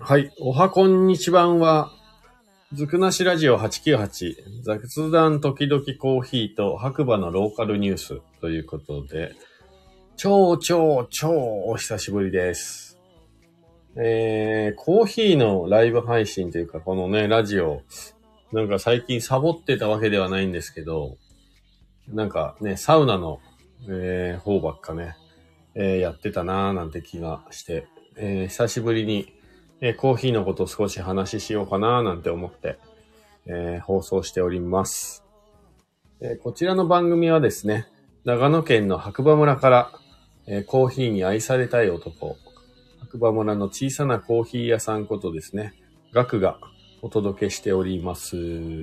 はい。おはこんにちばんは、ずくなしラジオ898、雑談時々コーヒーと白馬のローカルニュースということで、超お久しぶりです。コーヒーのライブ配信というか、このね、ラジオ、なんか最近サボってたわけではないんですけど、なんかね、サウナの、方ばっかね、やってたなーなんて気がして、久しぶりに、コーヒーのことを少し話しようかなーなんて思って、放送しております。こちらの番組はですね、長野県の白馬村から、コーヒーに愛されたい男、白馬村の小さなコーヒー屋さんことですね、ガクがお届けしております。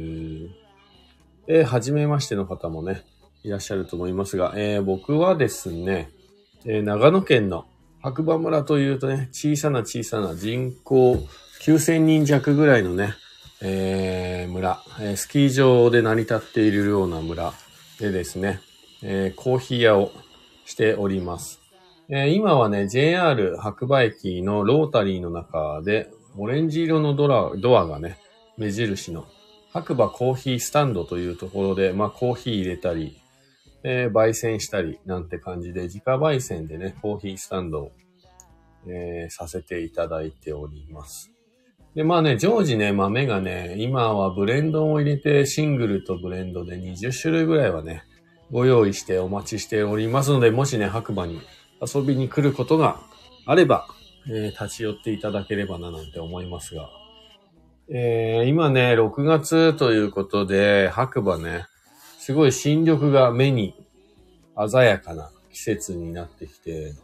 初めましての方もね、いらっしゃると思いますが、僕はですね、長野県の白馬村というとね、小さな人口9000人弱ぐらいのね、村、スキー場で成り立っているような村でですね、コーヒー屋をしております。今はね、JR 白馬駅のロータリーの中で、オレンジ色のドアがね、目印の白馬コーヒースタンドというところで、コーヒー入れたり、焙煎したりなんて感じで、自家焙煎でね、コーヒースタンドを、させていただいております。で、常時ね、豆がね、今はブレンドを入れて、シングルとブレンドで20種類ぐらいはね、ご用意してお待ちしておりますので、もしね、白馬に遊びに来ることがあれば、立ち寄っていただければななんて思いますが、今ね、6月ということで、白馬ね、すごい新緑が目に鮮やかな季節になってきて、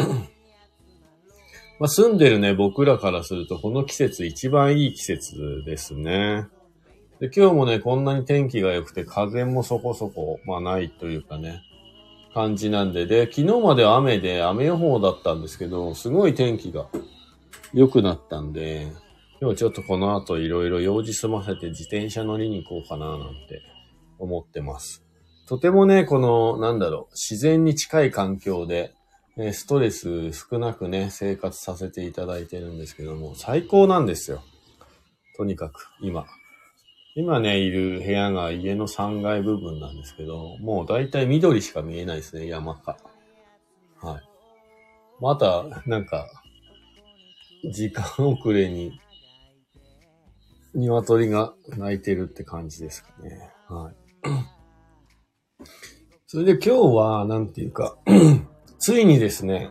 住んでるね、僕らからするとこの季節一番いい季節ですね。で、今日もね、こんなに天気が良くて風もそこそこ、ないというかね、感じなんで、昨日までは雨で雨予報だったんですけど、すごい天気が良くなったんで、今日ちょっとこの後いろいろ用事済ませて自転車乗りに行こうかななんて思ってます。とてもね、この、自然に近い環境で、ストレス少なくね、生活させていただいてるんですけども、最高なんですよ。とにかく、今ね、いる部屋が家の3階部分なんですけど、もうだいたい緑しか見えないですね、山か。はい。また、時間遅れに、鶏が鳴いてるって感じですかね。はい。それで今日は、ついにですね、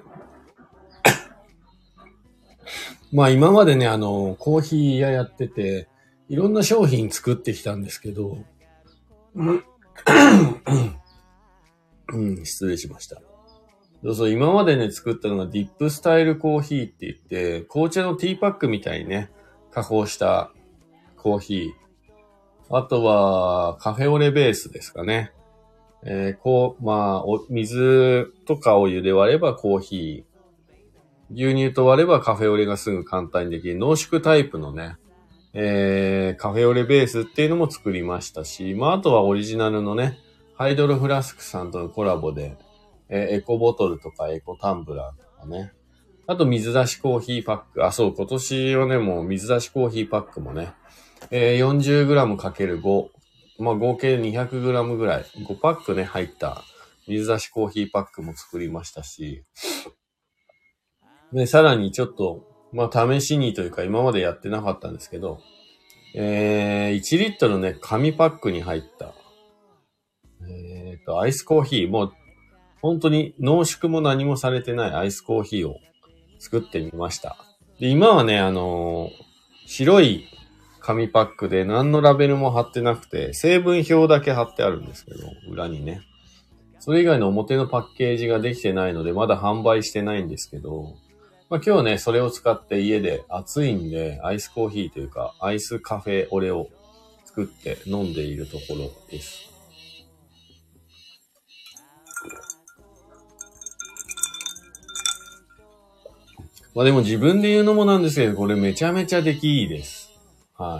今までね、コーヒー屋やってて、いろんな商品作ってきたんですけど、失礼しました。そう、今までね、作ったのがディップスタイルコーヒーって言って、紅茶のティーパックみたいにね、加工したコーヒー。あとは、カフェオレベースですかね。水とかお湯で割ればコーヒー。牛乳と割ればカフェオレがすぐ簡単にできる濃縮タイプのね、カフェオレベースっていうのも作りましたし、あとはオリジナルのね、ハイドロフラスクさんとのコラボで、エコボトルとかエコタンブラーとかね。あと水出しコーヒーパック。今年はね、もう水出しコーヒーパックもね、40g×5。合計 200g ぐらい。5パックね、入った水出しコーヒーパックも作りましたし、で、さらにちょっと、試しにというか今までやってなかったんですけど、1リットルね、紙パックに入った、アイスコーヒー、もう、本当に濃縮も何もされてないアイスコーヒーを作ってみました。で、今はね、白い紙パックで何のラベルも貼ってなくて、成分表だけ貼ってあるんですけど、裏にね。それ以外の表のパッケージができてないので、まだ販売してないんですけど、今日ね、それを使って家で暑いんで、アイスコーヒーというか、アイスカフェオレを作って飲んでいるところです。でも自分で言うのもなんですけど、これめちゃめちゃ出来いいです。はい。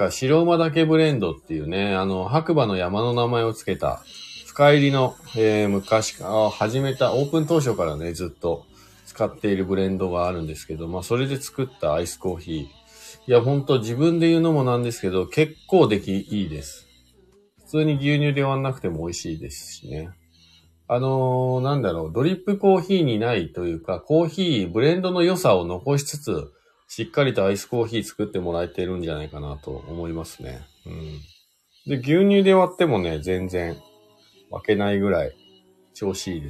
白馬岳ブレンドっていうね、白馬の山の名前をつけた、深入りの、昔から始めたオープン当初からね、ずっと使っているブレンドがあるんですけど、まあそれで作ったアイスコーヒー。いやほんと自分で言うのもなんですけど、結構いいです。普通に牛乳で割んなくても美味しいですしね。なんだろう、ドリップコーヒーにないというか、コーヒー、ブレンドの良さを残しつつ、しっかりとアイスコーヒー作ってもらえてるんじゃないかなと思いますね。うん。で、牛乳で割ってもね、全然負けないぐらい調子いいです。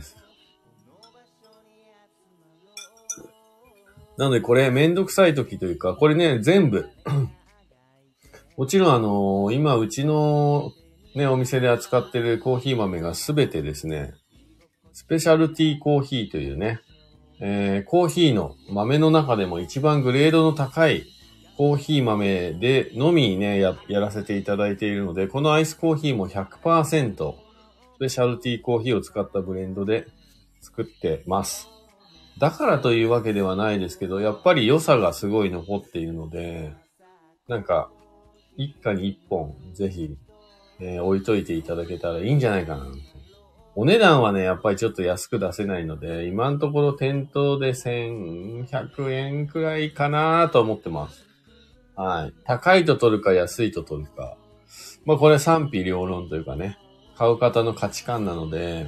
なのでこれめんどくさい時というか、これね、全部、もちろん今うちのね、お店で扱ってるコーヒー豆がすべてですね、スペシャルティーコーヒーというね、コーヒーの豆の中でも一番グレードの高いコーヒー豆でのみね、やらせていただいているので、このアイスコーヒーも 100% スペシャルティーコーヒーを使ったブレンドで作ってます。だからというわけではないですけど、やっぱり良さがすごい残っているので、なんか、一家に一本、ぜひ、置いといていただけたらいいんじゃないかな。お値段はね、やっぱりちょっと安く出せないので、今のところ店頭で1100円くらいかなと思ってます。はい。高いと取るか安いと取るか。まあこれ賛否両論というかね、買う方の価値観なので、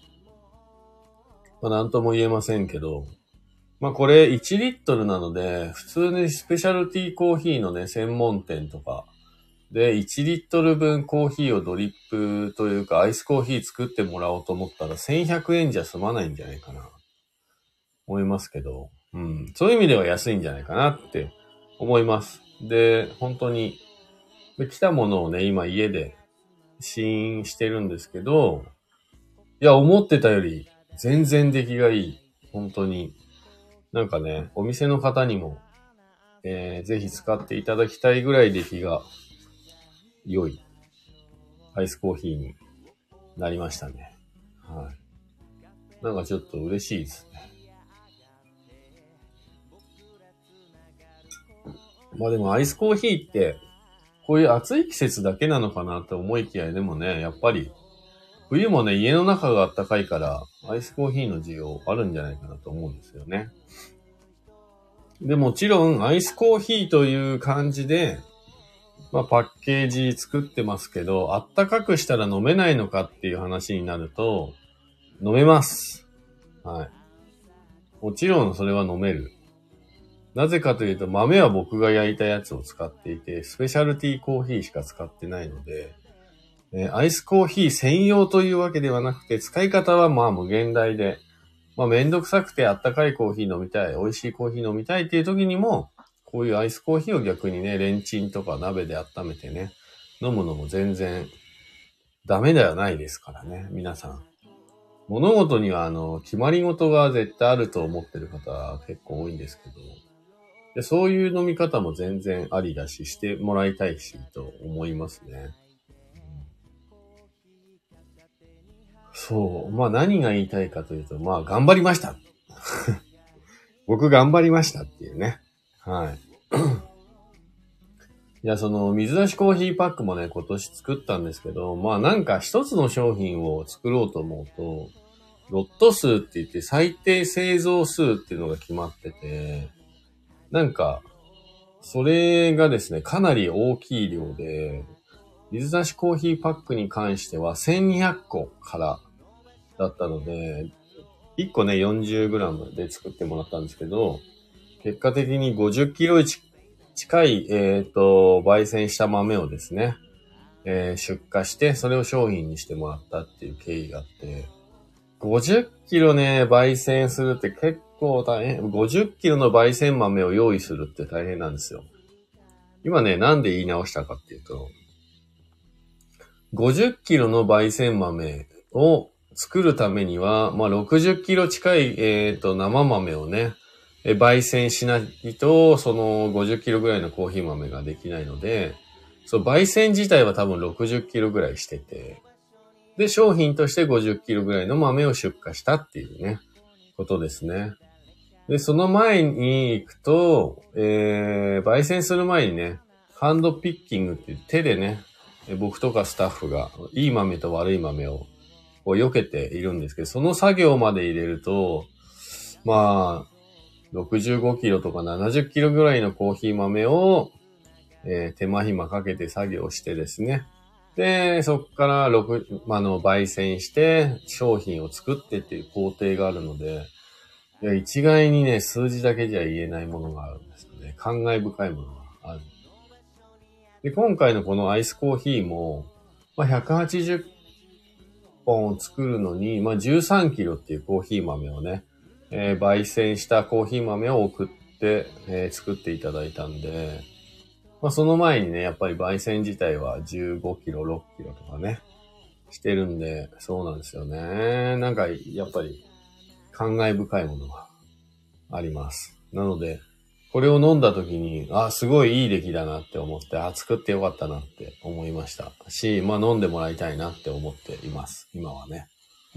まあなんとも言えませんけど、まあこれ1リットルなので、普通にスペシャルティーコーヒーのね、専門店とか、で、1リットル分コーヒーをドリップというかアイスコーヒー作ってもらおうと思ったら1100円じゃ済まないんじゃないかな。思いますけど。うん。そういう意味では安いんじゃないかなって思います。で、本当に、来たものをね、今家で試飲してるんですけど、いや、思ってたより全然出来がいい。本当に。なんかね、お店の方にも、ぜひ使っていただきたいぐらい出来が良いアイスコーヒーになりましたね。はい。なんかちょっと嬉しいですね。まあでもアイスコーヒーって、こういう暑い季節だけなのかなって思いきや、でもね、やっぱり、冬もね、家の中が暖かいから、アイスコーヒーの需要あるんじゃないかなと思うんですよね。で、もちろん、アイスコーヒーという感じで、まあ、パッケージ作ってますけど、あったかくしたら飲めないのかっていう話になると、飲めます。はい。もちろんそれは飲める。なぜかというと、豆は僕が焼いたやつを使っていて、スペシャルティーコーヒーしか使ってないので、アイスコーヒー専用というわけではなくて、使い方はまあ無限大で、まあめんどくさくてあったかいコーヒー飲みたい、美味しいコーヒー飲みたいっていう時にも、こういうアイスコーヒーを逆にね、レンチンとか鍋で温めてね、飲むのも全然ダメではないですからね、皆さん。物事には決まり事が絶対あると思ってる方は結構多いんですけど、でそういう飲み方も全然ありだし、してもらいたいしと思いますね。そう。まあ何が言いたいかというと、まあ頑張りました。僕頑張りましたっていうね。はい。いや、その水出しコーヒーパックもね、今年作ったんですけど、まあなんか一つの商品を作ろうと思うと、ロット数って言って最低製造数っていうのが決まってて、なんか、それがですね、かなり大きい量で、水出しコーヒーパックに関しては1200個からだったので、1個ね、40g で作ってもらったんですけど、結果的に50キロ近い、焙煎した豆をですね、出荷して、それを商品にしてもらったっていう経緯があって、50キロね、焙煎するって結構大変。50キロの焙煎豆を用意するって大変なんですよ。今ね、なんで言い直したかっていうと、50キロの焙煎豆を作るためには、まあ、60キロ近い、生豆をね、焙煎しないと、その50キロぐらいのコーヒー豆ができないので、そう、焙煎自体は多分60キロぐらいしてて、で、商品として50キロぐらいの豆を出荷したっていうね、ことですね。で、その前に行くと、焙煎する前にね、ハンドピッキングっていう手でね、僕とかスタッフがいい豆と悪い豆をこう避けているんですけど、その作業まで入れると、まあ、 65キロとか70キロぐらいのコーヒー豆を、手間暇かけて作業してですね。で、そこから焙煎して商品を作ってっていう工程があるので、いや、一概にね、数字だけじゃ言えないものがあるんですよね。感慨深いものがある。で、今回のこのアイスコーヒーも、180本作るのに、13キロっていうコーヒー豆をね、焙煎したコーヒー豆を送って、作っていただいたんで、その前にね、やっぱり焙煎自体は15キロ、6キロとかね、してるんで、そうなんですよね。なんか、やっぱり、感慨深いものがあります。なので、これを飲んだ時に、すごいいい出来だなって思って、作ってよかったなって思いましたし、飲んでもらいたいなって思っています。今はね。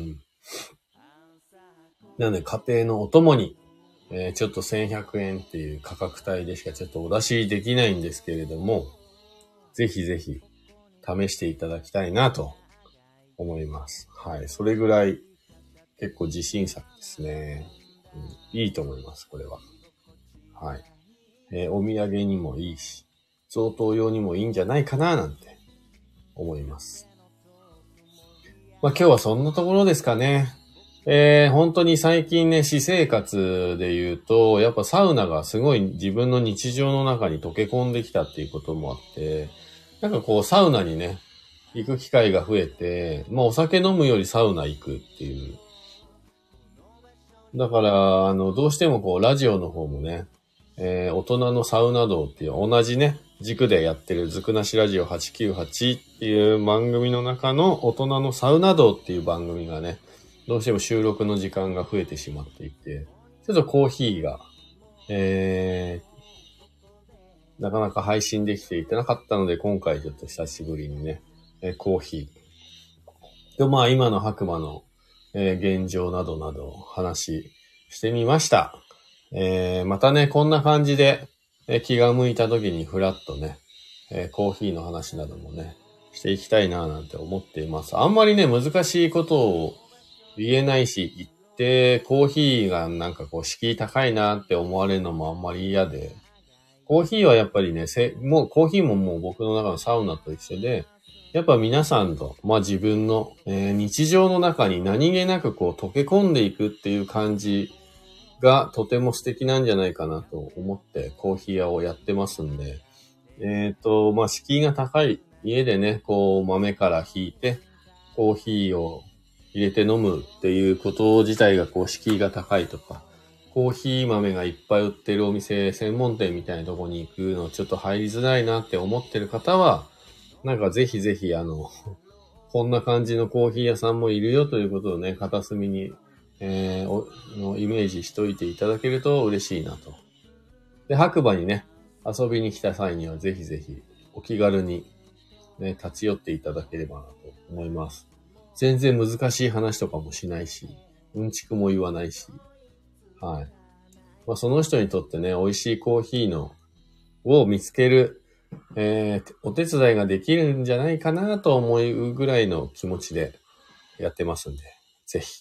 なので、家庭のお供に、ちょっと1100円っていう価格帯でしかちょっとお出しできないんですけれども、ぜひぜひ試していただきたいなと思います。はい。それぐらい結構自信作ですね。いいと思います、これは。はい。お土産にもいいし、贈答用にもいいんじゃないかななんて思います。今日はそんなところですかね。本当に最近ね、私生活で言うと、やっぱサウナがすごい自分の日常の中に溶け込んできたっていうこともあって、サウナにね、行く機会が増えて、お酒飲むよりサウナ行くっていう。だから、どうしてもラジオの方もね、大人のサウナ道っていう同じね、軸でやってるずくなしラジオ898っていう番組の中の大人のサウナ道っていう番組がね、どうしても収録の時間が増えてしまっていて、ちょっとコーヒーが、なかなか配信できていなかったので、今回ちょっと久しぶりにね、コーヒー。で、今の白馬の、現状などなど話してみました。またね、こんな感じで、気が向いた時にフラッとね、コーヒーの話などもね、していきたいななんて思っています。あんまりね、難しいことを言えないし、言って、コーヒーが敷居高いなって思われるのもあんまり嫌で、コーヒーはやっぱりね、コーヒーももう僕の中のサウナと一緒で、やっぱ皆さんと、自分の、日常の中に何気なく溶け込んでいくっていう感じがとても素敵なんじゃないかなと思ってコーヒー屋をやってますんで、敷居が高い家でね、豆からひいて、コーヒーを入れて飲むっていうこと自体が敷居が高いとか、コーヒー豆がいっぱい売ってるお店、専門店みたいなとこに行くのちょっと入りづらいなって思ってる方は、ぜひぜひこんな感じのコーヒー屋さんもいるよということをね、片隅に、イメージしといていただけると嬉しいなと。で、白馬にね、遊びに来た際にはぜひぜひお気軽にね、立ち寄っていただければなと思います。全然難しい話とかもしないし、うんちくも言わないし、はい。その人にとってね、美味しいコーヒーを見つける、お手伝いができるんじゃないかなと思うぐらいの気持ちでやってますんで、ぜひ。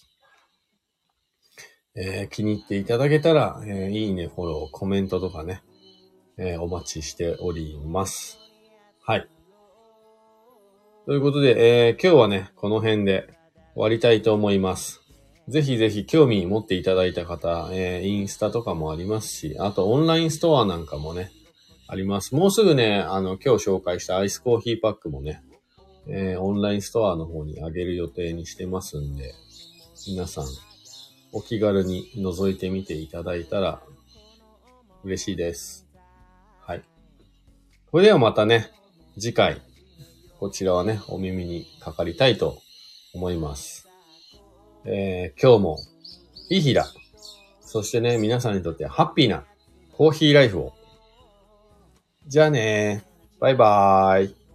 気に入っていただけたら、いいね、フォロー、コメントとかね、お待ちしております。はい。ということで、今日はね、この辺で終わりたいと思います。ぜひぜひ興味持っていただいた方、インスタとかもありますし、あとオンラインストアなんかもね、あります。もうすぐね、今日紹介したアイスコーヒーパックもね、オンラインストアの方にあげる予定にしてますんで、皆さん、お気軽に覗いてみていただいたら嬉しいです。はい。それではまたね、次回、こちらはね、お耳にかかりたいと思います。今日もいい日だ。そしてね、皆さんにとってハッピーなコーヒーライフを。じゃあね、バイバーイ。